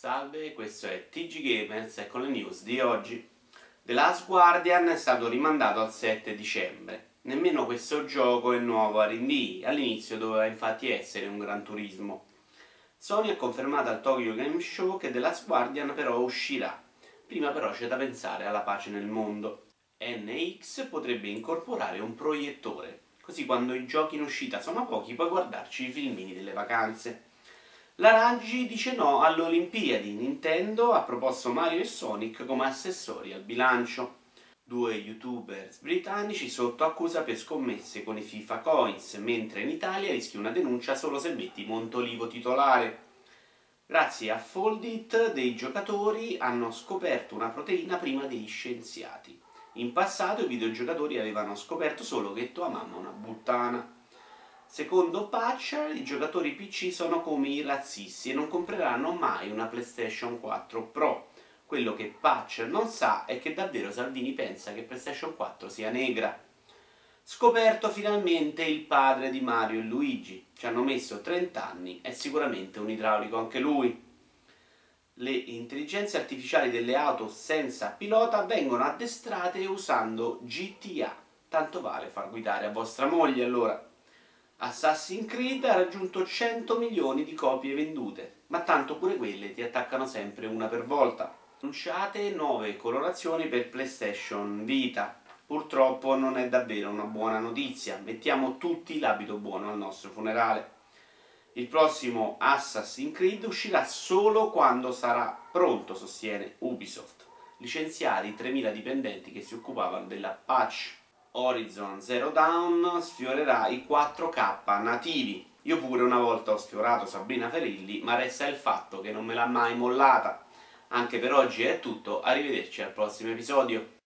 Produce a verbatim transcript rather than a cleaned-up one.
Salve, questo è T G Gamers e con le news di oggi. The Last Guardian è stato rimandato al sette dicembre. Nemmeno questo gioco è nuovo a rinvii, all'inizio doveva infatti essere un Gran Turismo. Sony ha confermato al Tokyo Game Show che The Last Guardian però uscirà. Prima però c'è da pensare alla pace nel mondo. N X potrebbe incorporare un proiettore, così quando i giochi in uscita sono pochi puoi guardarci i filmini delle vacanze. La Raggi dice no alle Olimpiadi. Nintendo ha proposto Mario e Sonic come assessori al bilancio. Due youtubers britannici sotto accusa per scommesse con i FIFA Coins, mentre in Italia rischi una denuncia solo se metti Montolivo titolare. Grazie a Foldit dei giocatori hanno scoperto una proteina prima degli scienziati. In passato i videogiocatori avevano scoperto solo che tua mamma è una puttana. Secondo Patcher, i giocatori P C sono come i razzisti e non compreranno mai una PlayStation quattro Pro. Quello che Patcher non sa è che davvero Salvini pensa che PlayStation quattro sia negra. Scoperto finalmente il padre di Mario e Luigi. Ci hanno messo trenta anni, è sicuramente un idraulico anche lui. Le intelligenze artificiali delle auto senza pilota vengono addestrate usando G T A. Tanto vale far guidare a vostra moglie allora. Assassin's Creed ha raggiunto cento milioni di copie vendute, ma tanto pure quelle ti attaccano sempre una per volta. Annunciate nuove colorazioni per PlayStation Vita. Purtroppo non è davvero una buona notizia, mettiamo tutti l'abito buono al nostro funerale. Il prossimo Assassin's Creed uscirà solo quando sarà pronto, sostiene Ubisoft. Licenziare i tremila dipendenti che si occupavano della patch. Horizon Zero Dawn sfiorerà i quattro K nativi. Io pure una volta ho sfiorato Sabrina Ferilli, ma resta il fatto che non me l'ha mai mollata. Anche per oggi è tutto, arrivederci al prossimo episodio.